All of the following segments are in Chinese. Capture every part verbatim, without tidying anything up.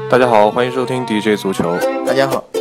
大家好，欢迎收听 D J 足球。 大家好。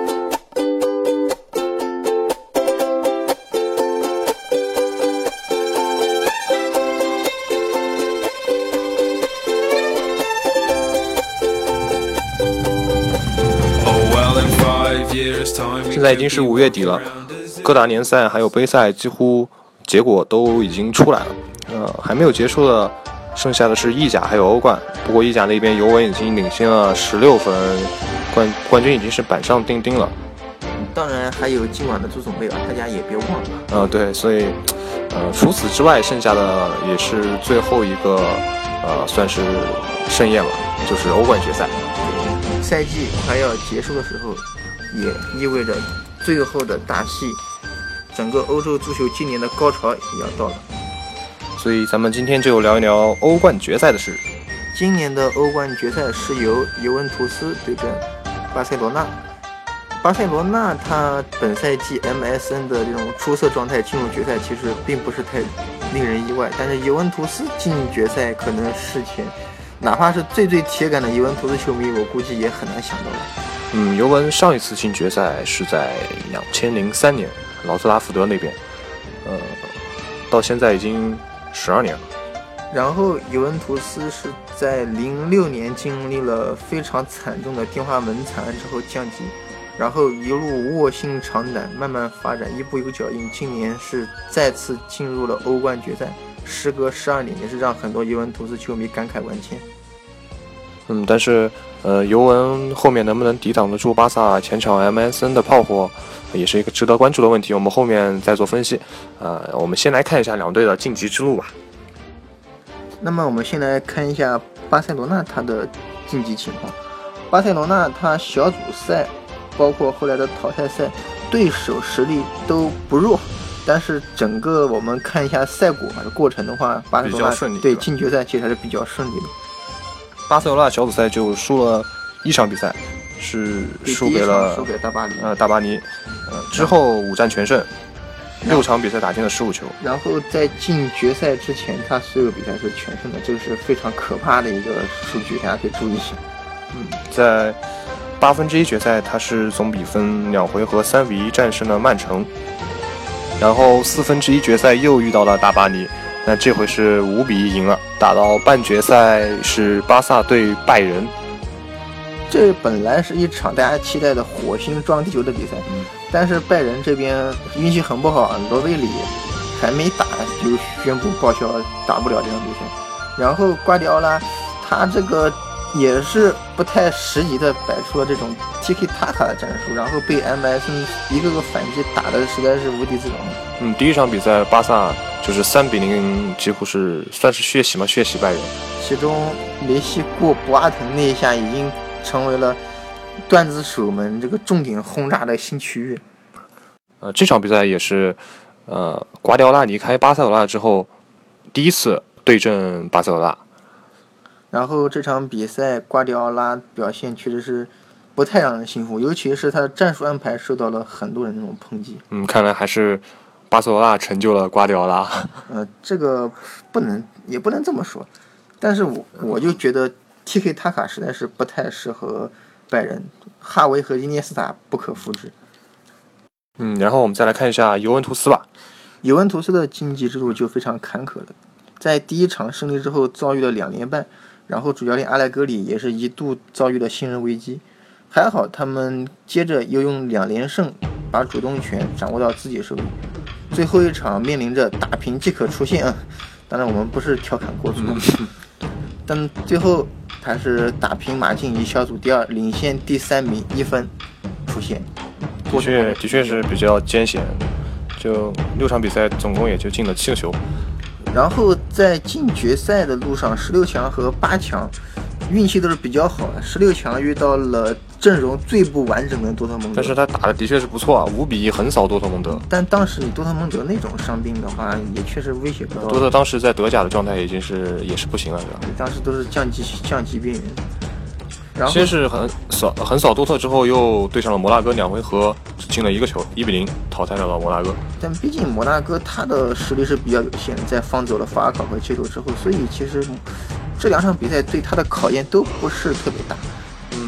现在已经是五月底了，各大联赛还有杯赛几乎结果都已经出来了，呃，还没有结束的剩下的是意甲还有欧冠。不过意甲那边尤文已经领先了十六分，冠冠军已经是板上钉钉了。 当然还有今晚的足总杯啊，大家也别忘了。 呃，对，所以呃，除此之外，剩下的也是最后一个呃，算是盛宴了，就是欧冠决赛。 赛季快要结束的时候，也意味着最后的大戏，整个欧洲足球今年的高潮也要到了。 所以咱们今天就聊一聊欧冠决赛的事。 今年的欧冠决赛是由尤文图斯对阵巴塞罗那。巴塞罗那他本赛季 M S N 的这种出色状态进入决赛，其实并不是太令人意外。但是尤文图斯进决赛，可能事前哪怕是最最铁杆的尤文图斯球迷，我估计也很难想到了。 嗯，尤文上一次进决赛是在两千零三年，劳斯拉福德那边，呃，到现在已经十二年了。 然后尤文图斯是在零六年经历了非常惨重的天花门惨案之后降级，然后一路卧薪尝胆，慢慢发展，一步一个脚印。今年是再次进入了欧冠决赛，时隔十二年，也是让很多尤文图斯球迷感慨万千。 嗯，但是呃，尤文后面能不能抵挡得住巴萨前场 M S N 的炮火，也是一个值得关注的问题。我们后面再做分析。呃，我们先来看一下两队的晋级之路吧。 那么我们先来看一下巴塞罗那他的晋级情况。巴塞罗那他小组赛包括后来的淘汰赛，对手实力都不弱，但是整个我们看一下赛果的过程的话，巴塞罗那对进决赛其实还是比较顺利的。 巴塞罗那小组赛就输了一场比赛，是输给了输给大巴黎， 呃大巴黎，呃之后五战全胜，六场比赛打进了十五球。 然后在进决赛之前，他所有比赛是全胜的，这是非常可怕的一个数据，大家可以注意一下。 嗯，在八分之一决赛，他是总比分两回合三比一战胜了曼城，然后四分之一决赛又遇到了大巴黎，那这回是五比一赢了。打到半决赛是巴萨对拜仁， 这本来是一场大家期待的火星撞地球的比赛， 嗯、 但是拜仁这边运气很不好，罗贝里还没打就宣布报销打不了这场比赛。然后瓜迪奥拉他这个也是不太实际的摆出了这种 Tiki Taka 的战术，然后被 M S N 一个个反击打的实在是无地自容。 嗯，第一场比赛巴萨就是三比零，几乎是算是血洗嘛，血洗拜仁。 其中梅西过博阿滕那一下已经成为了段子手们这个重点轰炸的新区域。 呃，这场比赛也是呃瓜迪奥拉离开巴塞罗那之后第一次对阵巴塞罗那。 然后这场比赛瓜迪奥拉表现确实是不太让人信服，尤其是他的战术安排受到了很多人这种抨击。 嗯，看来还是巴塞罗那成就了瓜迪奥拉。 呃，这个不能也不能这么说，但是我我就觉得 T K 塔卡实在是不太适合拜仁，哈维和伊涅斯塔不可复制。 嗯，然后我们再来看一下尤文图斯吧。 尤文图斯的晋级之路就非常坎坷了，在第一场胜利之后遭遇了两连败。然后主教练阿莱格里也是一度遭遇了信任危机，还好他们接着又用两连胜把主动权掌握到自己手里，最后一场面临着打平即可出线，当然我们不是调侃国足，但最后还是打平马竞，以小组第二领先第三名一分出线。 的确的确是比较艰险，就六场比赛总共也就进了七个球。 然后在进决赛的路上，十六强和八强运气都是比较好的。十六强遇到了阵容最不完整的多特蒙德， 但是他打的的确是不错啊，五比一横扫多特蒙德。 但当时你多特蒙德那种伤病的话，也确实威胁不到。 多特当时在德甲的状态已经是也是不行了，是吧？ 当时都是降级降级边缘。然后先是横扫横扫多特之后，又对上了摩纳哥，两回合只进了一个球，一比零淘汰掉了摩纳哥。 但毕竟摩纳哥他的实力是比较有限的，在放走了法尔考和切鲁之后，所以其实这两场比赛对他的考验都不是特别大。 嗯，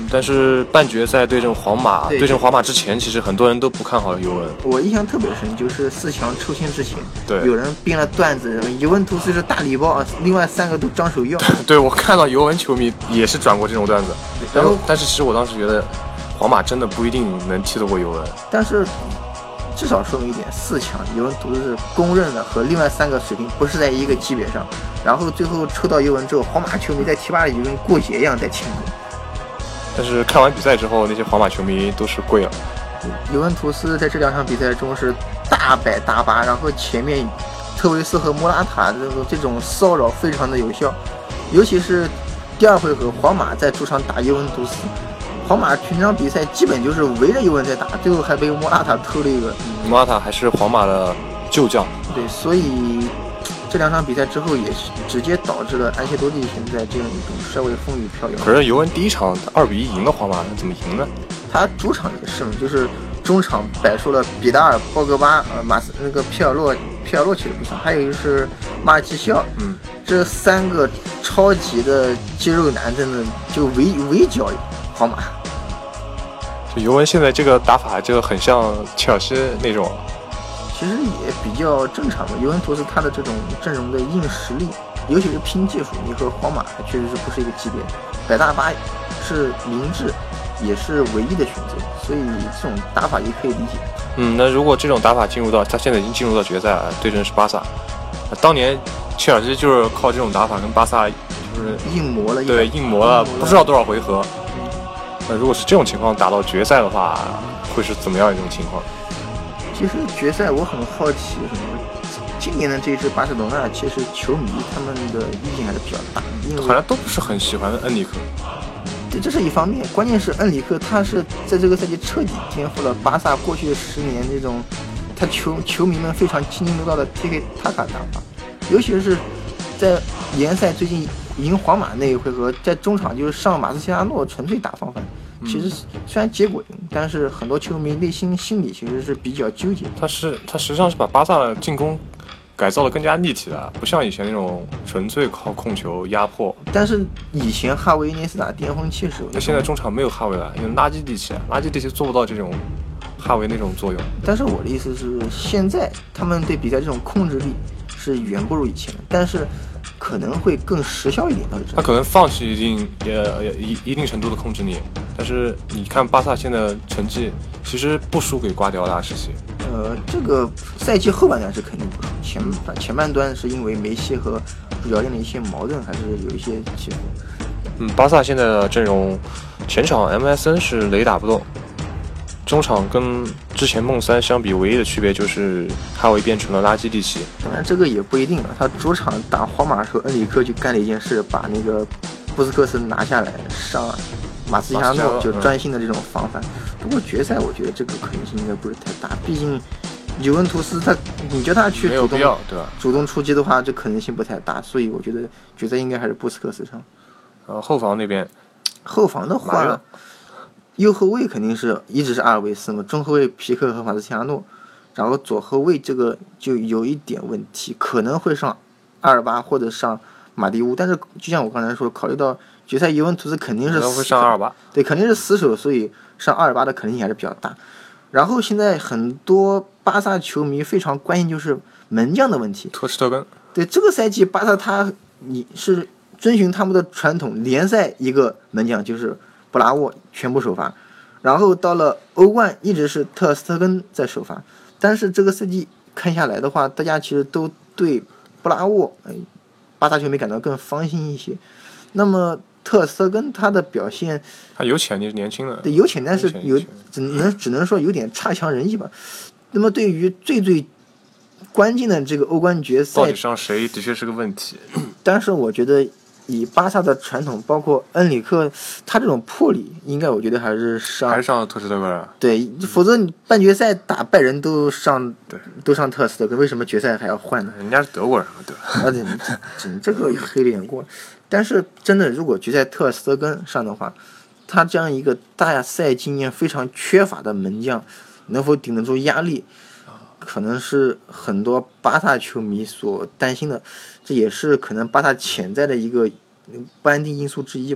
但是半决赛对阵皇马，对阵皇马之前，其实很多人都不看好尤文。 我印象特别深，就是四强抽签之前， 对， 有人编了段子，尤文图斯是大礼包，另外三个都张手要。 对，我看到尤文球迷也是转过这种段子，然后但是其实我当时觉得，皇马真的不一定能踢得过尤文。 但是至少说明一点，四强尤文图斯是公认的和另外三个水平不是在一个级别上。然后最后抽到尤文之后，皇马球迷在贴吧里就跟过节一样在庆祝。 但是看完比赛之后，那些皇马球迷都是跪了。 尤文图斯在这两场比赛中是大败大巴，然后前面特维斯和莫拉塔这种这种骚扰非常的有效，尤其是第二回合皇马在主场打尤文图斯，皇马全场比赛基本就是围着尤文在打，最后还被莫拉塔偷了一个。 莫拉塔还是皇马的旧将。 对，所以这两场比赛之后也是直接导致了安切多利现在这样一种稍微风雨飘摇。 可是尤文第一场二比一赢了皇马，那怎么赢呢？ 他主场也是嘛，就是中场摆出了比达尔、鲍格巴、呃马斯那个皮尔洛、皮尔洛其实不上，还有就是马尔基西奥， 嗯， 这三个超级的肌肉男真的就围围剿皇马。 就尤文现在这个打法就很像切尔西那种。 其实也比较正常的，尤文图斯他的这种阵容的硬实力，尤其是拼技术，你和皇马还确实是不是一个级别。摆大巴是明智，也是唯一的选择，所以这种打法也可以理解。 嗯，那如果这种打法进入到，他现在已经进入到决赛了，对阵是巴萨。当年切尔西就是靠这种打法跟巴萨就是硬磨了， 对，硬磨了不知道多少回合。那如果是这种情况打到决赛的话，会是怎么样一种情况？ 其实决赛我很好奇什么，今年的这支巴塞罗那，其实球迷他们的意见还是比较大，因为好像都不是很喜欢恩里克。 对，这是一方面，关键是恩里克他是在这个赛季彻底颠覆了巴萨过去十年这种他球球迷们非常津津乐道的 T K 塔卡打法，尤其是在联赛最近赢皇马那一回合，在中场就是上马斯切拉诺纯粹打防反。其实虽然结果赢，但是很多球迷内心心里其实是比较纠结。 他是他实际上是把巴萨的进攻改造的更加立体了，不像以前那种纯粹靠控球压迫。 但是以前哈维涅斯塔巅峰期时候， 那现在中场没有哈维了，因为垃圾地气，垃圾地气做不到这种哈维那种作用。 但是我的意思是，现在他们对比赛这种控制力是远不如以前的，但是可能会更时效一点。 他可能放弃一定也一一定程度的控制力，但是你看巴萨现在成绩其实不输给瓜迪奥拉时期。 呃，这个赛季后半段是肯定不输，前前半段是因为梅西和主教练的一些矛盾，还是有一些起伏。 嗯，巴萨现在的阵容，前场 M S N 是雷打不动，中场跟之前梦三相比，唯一的区别就是哈维变成了垃圾地气。 当然这个也不一定了，他主场打皇马的时候，恩里克就干了一件事，把那个布斯克斯拿下来，上马斯切拉诺就专心的这种防范。不过决赛我觉得这个可能性应该不是太大，毕竟尤文图斯他你叫他去主动对吧？ 主动出击的话，这可能性不太大，所以我觉得决赛应该还是布斯克斯上。 呃，后防那边， 后防的话，右后卫肯定是一直是阿尔维斯嘛，中后卫皮克和马斯切拉诺，然后左后卫这个就有一点问题，可能会上阿尔巴或者上马蒂乌，但是就像我刚才说，考虑到决赛尤文图斯肯定是会上阿尔巴， 对，肯定是死守，所以上阿尔巴的可能性还是比较大。然后现在很多巴萨球迷非常关心就是门将的问题， 特施特根。 对，这个赛季巴萨他你是遵循他们的传统，联赛一个门将就是布拉沃全部首发，然后到了欧冠一直是特斯特根在首发，但是这个赛季看下来的话，大家其实都对布拉沃，哎，巴萨球迷感到更放心一些。那么特斯特根他的表现， 他有潜力，年轻的， 对，有潜，但是有只能只能说有点差强人意吧。那么对于最最关键的这个欧冠决赛， 到底上谁的确是个问题。 但是我觉得以巴萨的传统，包括恩里克他这种魄力，应该我觉得还是上还是上特斯特根。 对，否则你半决赛打拜仁都上， 对， 都上特斯特根，为什么决赛还要换呢？ 人家是德国人，对吧？ 啊，对，这这个黑了眼过。但是真的，如果决赛特斯特根上的话，他这样一个大赛经验非常缺乏的门将，能否顶得住压力，可能是很多巴萨球迷所担心的，这也是可能巴萨潜在的一个不安定因素之一吧。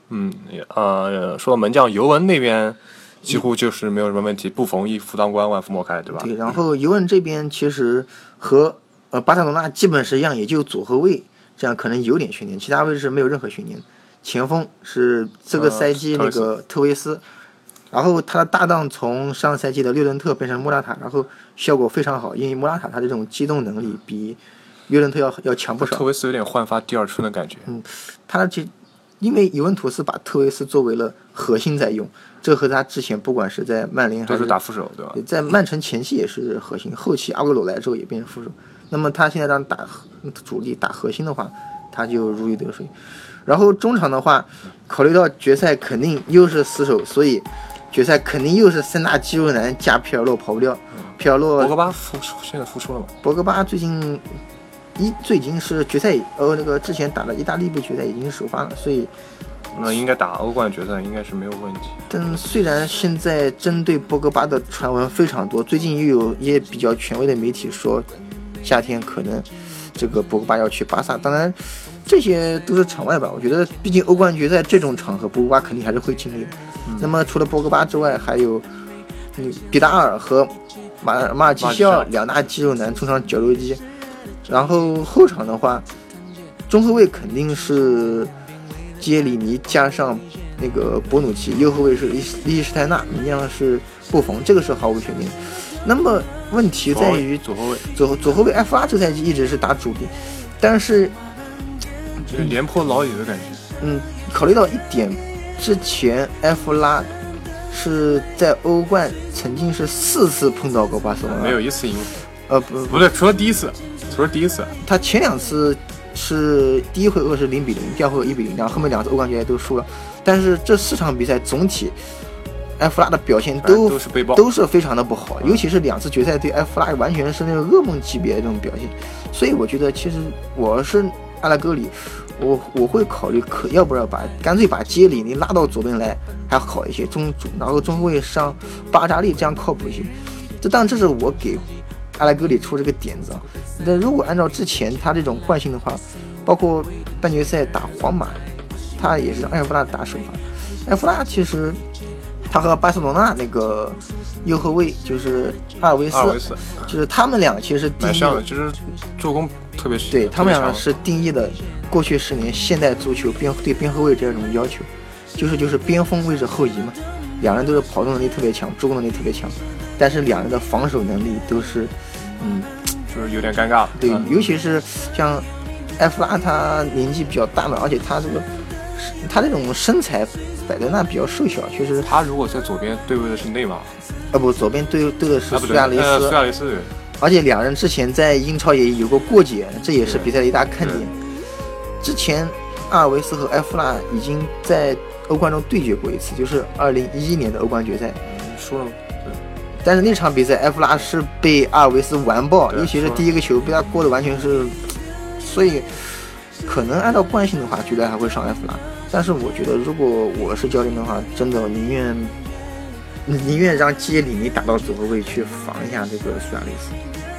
嗯，呃，说到门将尤文那边，几乎就是没有什么问题，不逢一夫当关，万夫莫开，对吧？ 对，然后尤文这边其实和呃巴塞罗那基本是一样，也就左后卫这样可能有点悬念，其他位置没有任何悬念。前锋是这个赛季那个特维斯，然后他的搭档从上赛季的略顿特变成莫拉塔，然后效果非常好，因为莫拉塔他这种机动能力比约伦特要要强不少。 特维斯有点焕发第二春的感觉。 嗯，他这因为尤文图斯把特维斯作为了核心在用，这和他之前不管是在曼联还是都是打副手，对吧？ 在曼城前期也是核心，后期阿圭罗来之后也变成副手。那么他现在让打主力打核心的话，他就如鱼得水。然后中场的话，考虑到决赛肯定又是死守，所以决赛肯定又是三大肌肉男加皮尔洛跑不掉。皮尔洛博格巴复出，现在复出了吗？ 博格巴最近一最近是决赛，呃，那个之前打的意大利杯决赛已经首发了，所以那应该打欧冠决赛应该是没有问题。 但虽然现在针对博格巴的传闻非常多，最近又有一些比较权威的媒体说，夏天可能这个博格巴要去巴萨，当然这些都是场外吧。我觉得毕竟欧冠决赛这种场合，博格巴肯定还是会尽力的。嗯、那么除了博格巴之外，还有嗯比达尔和马马尔基西奥两大肌肉男冲上绞肉机。然后后场的话，中后卫肯定是杰里尼加上那个博努奇，右后卫是利希施泰纳，门将是布冯，这个是毫无悬念。那么问题在于左后卫， 左左后卫埃弗拉这赛季一直是打主力，但是就是廉颇老矣的感觉。 嗯，考虑到一点，之前埃弗拉是在欧冠曾经是四次碰到过巴塞罗那， 没有一次赢。 呃不不对，除了第一次，除了第一次， 他前两次是第一回合是零比零，第二回合一比零，然后后面两次欧冠决赛都输了。但是这四场比赛总体，埃弗拉的表现都都是被爆， 都是非常的不好，尤其是两次决赛对埃弗拉完全是那种噩梦级别的这种表现。所以我觉得，其实我是阿拉戈里，我我会考虑可要不要把干脆把杰里尼拉到左边来还好一些，中然后中卫上巴扎利这样靠谱一些。这当然这是我给阿拉戈里出这个点子啊。但如果按照之前他这种惯性的话，包括半决赛打皇马，他也是让埃弗拉打首发。埃弗拉其实他和巴塞罗那那个右后卫就是阿尔维斯， 阿尔维斯就是他们俩其实定义的，就是做工特别对他们俩是定义的过去十年现代足球边对边后卫这种要求，就是就是边锋位置后移嘛，两人都是跑动能力特别强，助攻能力特别强，但是两人的防守能力都是嗯。 就是有点尴尬， 对，尤其是像埃弗拉，他年纪比较大嘛，而且他这个他这种身材摆在那比较瘦小，确实。 他如果在左边对位的是内马尔， 啊不，左边对对的是苏亚雷斯， 呃、苏亚雷斯。 而且两人之前在英超也有过过节，这也是比赛的一大看点。之前阿尔维斯和埃弗拉已经在欧冠中对决过一次，就是二零一一年的欧冠决赛， 输了吗？ 但是那场比赛埃弗拉是被阿尔维斯完爆，尤其是第一个球被他过的完全是，所以可能按照惯性的话，觉得还会上埃弗拉。但是我觉得，如果我是教练的话，真的宁愿宁愿让杰里尼打到左后卫去防一下这个苏亚雷斯。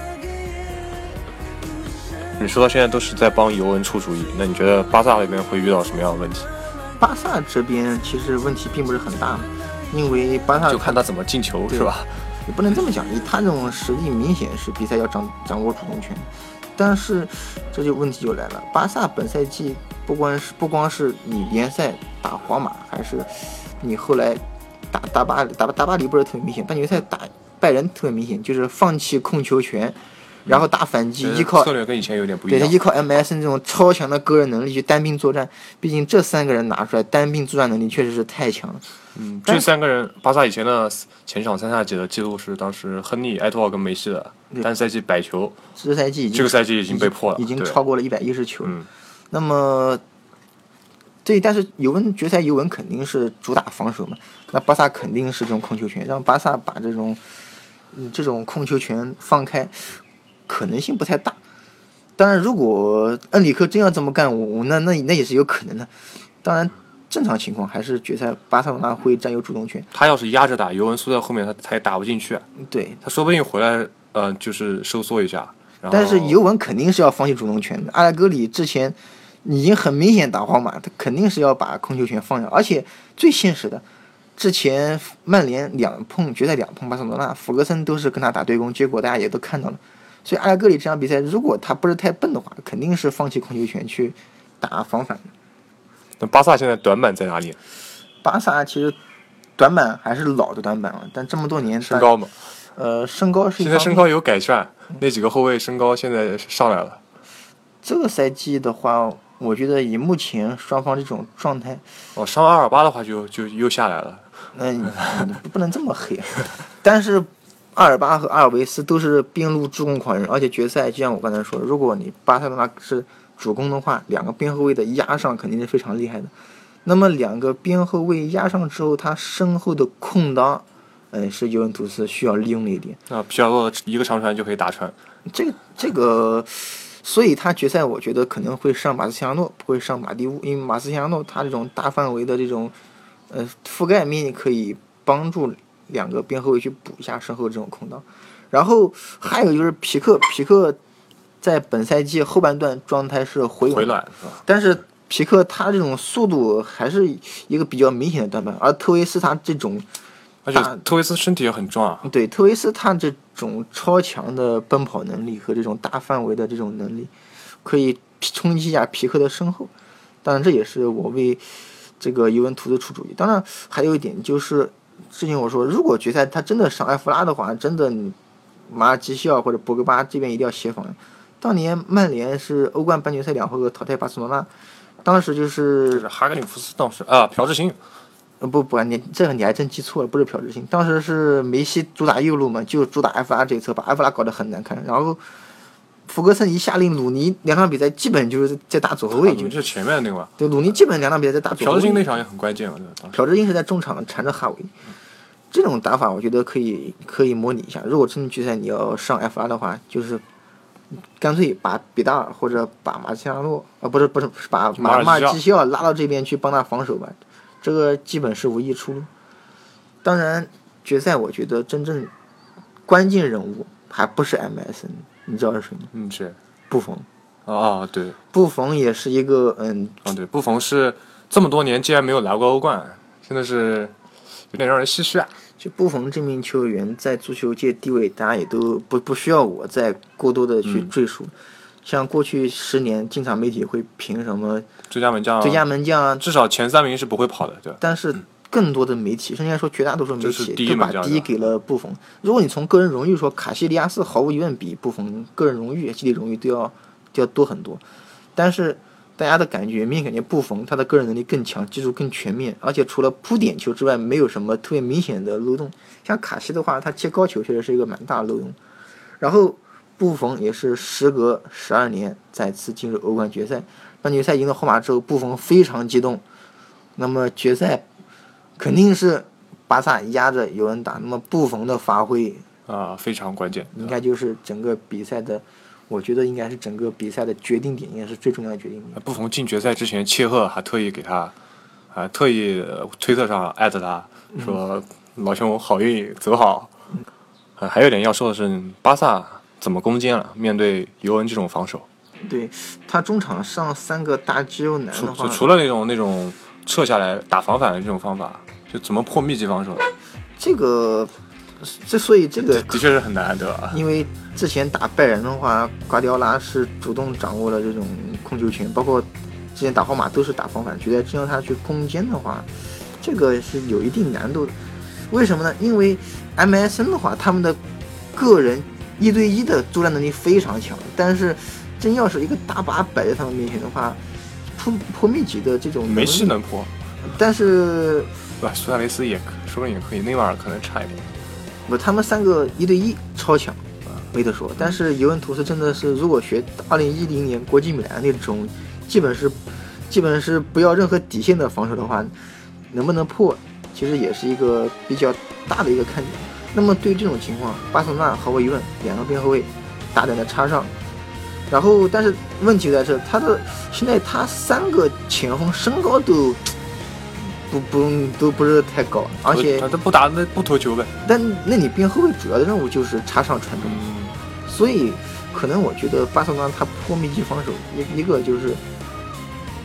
你说到现在都是在帮尤文出主意，那你觉得巴萨那边会遇到什么样的问题？ 巴萨这边其实问题并不是很大，因为巴萨就看他怎么进球，是吧？ 也不能这么讲，以他这种实力，明显是比赛要掌掌握主动权。但是这就问题就来了，巴萨本赛季不光是不光是你联赛打皇马，还是你后来打大巴黎，打大巴黎不是特别明显，半决赛打拜仁特别明显，就是放弃控球权，然后打反击，依靠策略跟以前有点不一样。 对，他依靠 M S N 这种超强的个人能力去单兵作战，毕竟这三个人拿出来单兵作战能力确实是太强了。 嗯，这三个人，巴萨以前的前场三下节的记录是当时亨利、埃托奥跟梅西的单赛季百球， 这赛季这个赛季已经被破了， 已经超过了一百一十球。 嗯， 那么对，但是尤文决赛尤文肯定是主打防守嘛，那巴萨肯定是这种控球权，让巴萨把这种嗯这种控球权放开，可能性不太大。当然，如果恩里克真要这么干，我那那那也是有可能的。当然。正常情况还是决赛巴塞罗那会占有主动权。 他要是压着打，尤文输在后面，他他也打不进去。 对， 他说不定回来，呃，就是收缩一下。 但是尤文肯定是要放弃主动权的。阿莱戈里之前已经很明显打皇马，他肯定是要把控球权放下，而且最现实的，之前曼联两碰决赛两碰巴塞罗那，弗格森都是跟他打对攻，结果大家也都看到了。所以阿莱格里这场比赛，如果他不是太笨的话，肯定是放弃控球权去打防反的。 那巴萨现在短板在哪里？ 巴萨其实短板还是老的短板了，但这么多年身高嘛， 呃，身高是一现在身高有改善，那几个后卫身高现在上来了。 这个赛季的话，我觉得以目前双方这种状态， 哦，上阿尔巴的话就就又下来了。 那你你不能这么黑，但是阿尔巴和阿尔维斯都是边路助攻狂人，而且决赛就像我刚才说的，如果你巴塞罗那是主攻的话，两个边后卫的压上肯定是非常厉害的。那么两个边后卫压上之后，他身后的空当，嗯、呃，是尤文图斯需要利用的一点。 啊，皮尔洛一个长传就可以打穿。 这个这个，所以他决赛我觉得可能会上马斯切拉诺，不会上马蒂乌，因为马斯切拉诺他这种大范围的这种，呃，覆盖面积可以帮助两个边后卫去补一下身后这种空当。然后还有就是皮克，皮克在本赛季后半段状态是回稳， 回暖是吧？ 但是皮克他这种速度还是一个比较明显的短板，而特维斯他这种， 而且特维斯身体也很壮啊。 对，特维斯他这种超强的奔跑能力和这种大范围的这种能力，可以冲击一下皮克的身后。当然，这也是我为这个尤文图斯出主意。当然，还有一点就是，之前我说，如果决赛他真的上埃弗拉的话，真的马尔基西奥或者博格巴这边一定要协防。当年曼联是欧冠半决赛两回合淘汰巴塞罗那。当时就是哈格里夫斯，当时啊，朴智星， 呃不不，你这个你还真记错了，不是朴智星，当时是梅西主打右路嘛，就主打埃弗拉这一侧，把埃弗拉搞得很难看。然后弗格森一下令鲁尼，两场比赛基本就是在打左后卫， 就是前面那个。 对，鲁尼基本两场比赛在打左后卫。 朴智星那场也很关键了， 朴智星是在中场缠着哈维，这种打法我觉得可以可以模拟一下。如果真的决赛你要上埃弗拉的话，就是干脆把比达尔或者把马切拉诺啊，不是不是把马马尔基西奥拉到这边去帮他防守吧，这个基本是唯一出路。当然，决赛我觉得真正关键人物还不是 M S N， 你知道是谁吗？ 嗯，是布冯。 哦，对， 布冯也是一个嗯， 哦对，布冯是这么多年竟然没有拿过欧冠，真的是有点让人唏嘘啊。 就布冯这名球员在足球界地位，大家也都不不需要我再过多的去赘述。嗯、像过去十年，经常媒体会评什么最佳门将、 最佳门将啊， 至少前三名是不会跑的，对吧？ 但是更多的媒体，甚至来说绝大多数媒体就把第一给了布冯。如果你从个人荣誉说，卡西利亚斯毫无疑问比布冯个人荣誉、激励荣誉都要都要多很多，但是大家的感觉，明显感觉布冯他的个人能力更强，技术更全面，而且除了扑点球之外，没有什么特别明显的漏洞。像卡西的话，他接高球确实是一个蛮大的漏洞。然后布冯也是时隔十二年再次进入欧冠决赛，半决赛赢了皇马之后，布冯非常激动。那么决赛肯定是巴萨压着尤文打，那么布冯的发挥啊非常关键， 应该就是整个比赛的。我觉得应该是整个比赛的决定点，应该是最重要的决定点。 布冯进决赛之前，切赫还特意给他，啊，特意推特上艾特他说：“嗯、老兄，好运，走好。嗯”啊，还有点要说的是，巴萨怎么攻坚了？面对尤文这种防守， 对他中场上三个大肌肉男的话， 除除了那种那种撤下来打防反的这种方法，就怎么破密集防守？ 这个。这所以这个的确是很难，对吧？ 因为之前打拜仁的话，瓜迪奥拉是主动掌握了这种控球权，包括之前打皇马都是打防反，觉得真要他去攻坚的话，这个是有一定难度的。为什么呢？因为 M S N 的话，他们的个人一对一的作战能力非常强，但是真要是一个大把摆在他们面前的话，破破密集的这种梅西能破， 但是吧，苏亚雷斯也说不定也可以，内马尔可能差一点。 不，他们三个一对一超强，没得说。但是尤文图斯真的是，如果学二零一零年国际米兰那种，基本是，基本是不要任何底线的防守的话，能不能破，其实也是一个比较大的一个看点。那么对于这种情况，巴塞罗那毫无疑问，两个边后卫大胆的插上，然后但是问题在这，他的现在他三个前锋身高都。不不都不是太高，而且他不打那不投球呗。 但那你边后卫主要的任务就是插上传中， 嗯、 所以可能我觉得巴塞罗那他破密集防守，一一个就是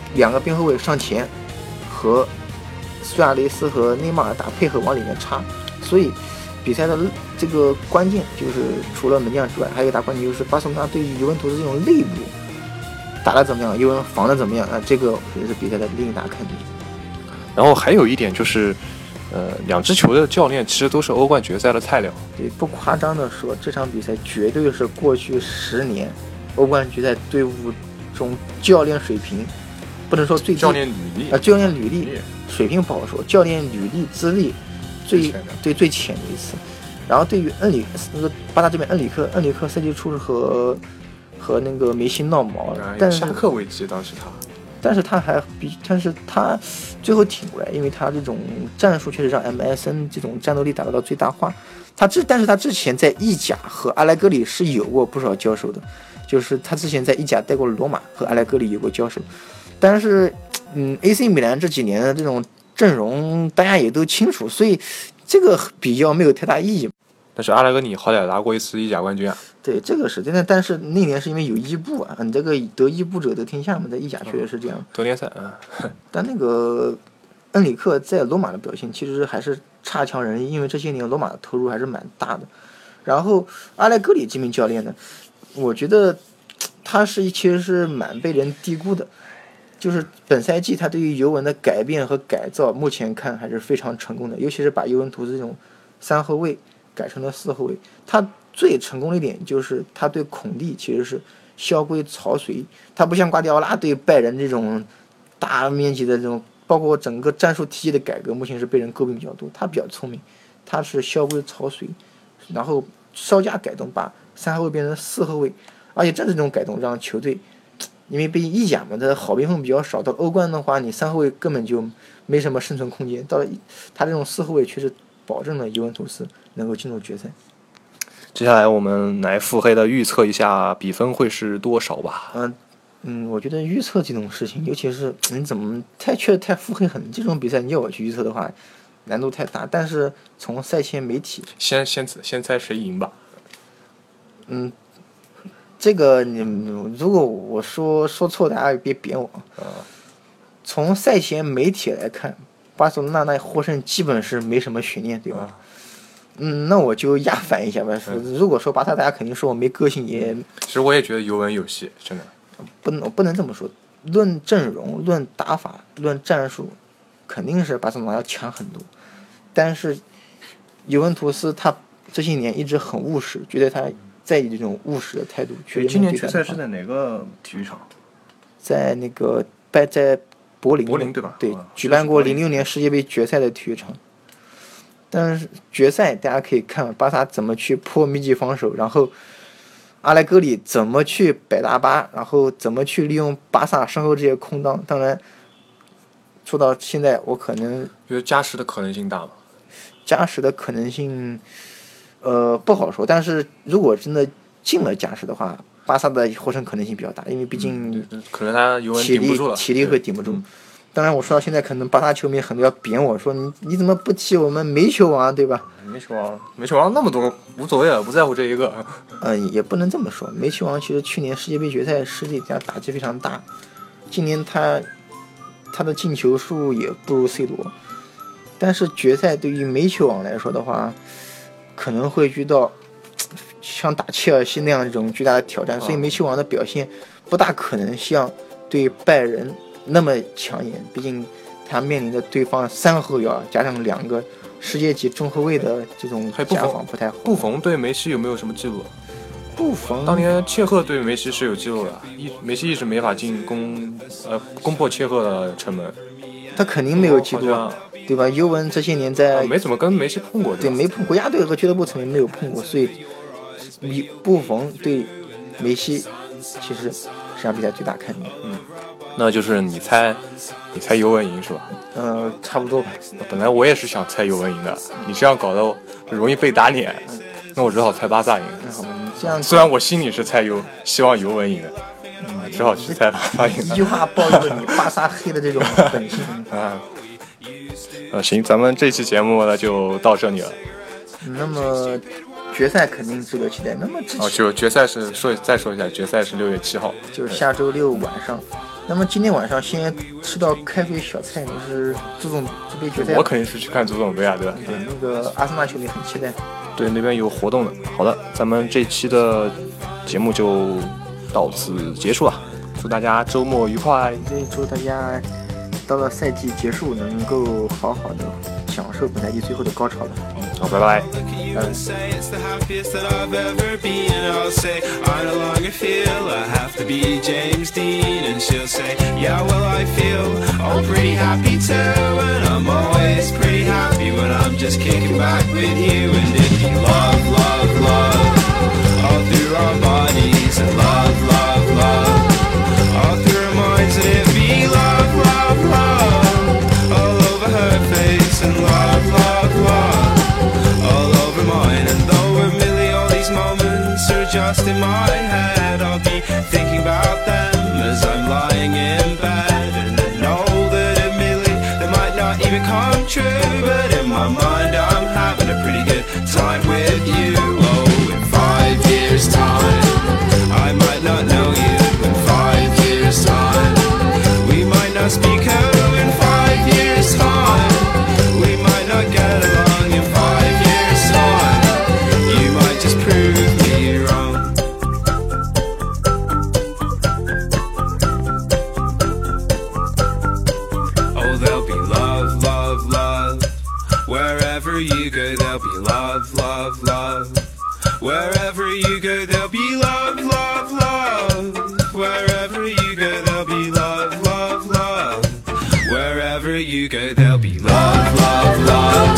两个边后卫上前和苏亚雷斯和内马尔打配合往里面插，所以比赛的这个关键就是除了门将之外，还有一个大关键就是巴塞罗那对于尤文图斯这种内部打得怎么样，尤文防得怎么样啊？这个我觉得是比赛的另一大看点。 然后还有一点就是，呃，两支球队的教练其实都是欧冠决赛的菜鸟。 对，不夸张的说，这场比赛绝对是过去十年欧冠决赛队伍中教练水平，不能说最低， 教练履历啊，教练履历水平不好说，教练履历资历最对最浅的一次。然后对于恩里那个巴萨这边恩里克，恩里克赛季初是和和那个梅西闹毛了，但是下课危机当时他， 但是他还比，但是他最后挺过来，因为他这种战术确实让 M S N 这种战斗力达到了最大化。他之但是他之前在意甲和阿莱格里是有过不少交手的，就是他之前在意甲带过罗马和阿莱格里有过交手，但是嗯 A C 米兰这几年的这种阵容大家也都清楚，所以这个比较没有太大意义。 但是阿莱格里好歹拿过一次意甲冠军啊。 对，这个是真的，但是那年是因为有伊布啊，你这个得伊布者得天下嘛，在意甲确实是这样。 得联赛啊。 但那个恩里克在罗马的表现其实还是差强人意，因为这些年罗马的投入还是蛮大的。然后阿莱格里这名教练呢，我觉得他是其实是蛮被人低估的，就是本赛季他对于尤文的改变和改造，目前看还是非常成功的，尤其是把尤文图斯这种三后卫改成了四后卫。他最成功的一点就是他对孔蒂其实是萧规曹随，他不像瓜迪奥拉对拜仁这种大面积的这种，包括整个战术体系的改革，目前是被人诟病比较多。他比较聪明，他是萧规曹随，然后稍加改动，把三后卫变成四后卫，而且正是这种改动让球队，因为毕竟意甲嘛，它好边锋比较少，到欧冠的话，你三后卫根本就没什么生存空间。到了他这种四后卫，确实保证了尤文图斯能够进入决赛。 接下来我们来腹黑的预测一下比分会是多少吧。 嗯嗯，我觉得预测这种事情，尤其是你怎么太确实太腹黑很，这种比赛你要我去预测的话，难度太大。但是从赛前媒体， 先先先猜谁赢吧。 嗯，这个你如果我说说错，大家也别扁我。 呃， 从赛前媒体来看，巴塞罗那那获胜基本是没什么悬念，对吧？ 呃嗯，那我就压反一下吧。如果说巴萨，大家肯定说我没个性，也其实我也觉得尤文有戏，真的。 不能不能这么说。论阵容、论打法、论战术，肯定是巴塞罗那要强很多。但是尤文图斯他这些年一直很务实，觉得他在意这种务实的态度。 今年决赛是在哪个体育场？ 在那个拜在柏林。 柏林对吧？ 对，举办过零六年世界杯决赛的体育场。但是决赛大家可以看巴萨怎么去破密集防守，然后阿莱格里怎么去摆大巴，然后怎么去利用巴萨身后这些空当。当然说到现在，我可能觉得加时的可能性大吗？ 加时的可能性呃不好说，但是如果真的进了加时的话，巴萨的获胜可能性比较大，因为毕竟嗯、可能他尤文体力顶不住了， 体力会顶不住。当然我说到现在，可能巴萨球迷很多要扁我说你你怎么不提我们煤球王，对吧？ 煤球王，煤球王那么多无所谓了，不在乎这一个。 呃，也不能这么说，煤球王其实去年世界杯决赛实力加打击非常大，今年他他的进球数也不如 C 罗，但是决赛对于煤球王来说的话，可能会遇到像打切尔西那样一种巨大的挑战，所以煤球王的表现不大可能像对拜仁那么抢眼，毕竟他面临的对方三后腰加上两个世界级中后卫的这种夹防不太好。 布冯对梅西有没有什么记录？ 布冯当年切赫对梅西是有记录的，一梅西一直没法进攻，呃，攻破切赫的城门。 他肯定没有记录，哦、对吧？尤文这些年在、 啊、没怎么跟梅西碰过， 对，没碰国家队和俱乐部层面没有碰过，所以布冯对梅西其实是这场比赛最大看点。 嗯。那就是你猜，你猜尤文赢是吧？ 嗯、呃，差不多吧。 本来我也是想猜尤文赢的，你这样搞得容易被打脸，那我只好猜巴萨赢。 嗯，这样虽然我心里是猜尤，希望尤文赢的，嗯，只好去猜巴萨赢。 一句话暴露了你巴萨黑的这种本性啊。呃，行，咱们这期节目呢就到这里了。 那么决赛肯定值得期待。那么哦，就决赛是说再说一下，决赛是六月七号， 就是下周六晚上。 那么今天晚上先吃到开胃小菜，你是足总足杯决赛？ 我肯定是去看足总杯啊，对吧？ 对，那个阿森纳球迷很期待。 对，那边有活动的。好的，咱们这期的节目就到此结束了，祝大家周末愉快。 对，祝大家到了赛季结束能够好好的享受本赛季最后的高潮吧。 好，拜拜。 Just in my head, I'll be thinking about them as I'm lying in bed. And I know that admittedly they might not even come true, but in my mind I'm having a pretty good time with you. Oh, in five years time I might not know you. In five years time we might not speak. Oh, in five years time we might not get along. In five years time you might just prove me wrong. Wherever you go, there'll be love, love, love. Wherever you go, there'll be love, love, love. Wherever you go, there'll be love, love, love. Wherever you go, there'll be love, love, love.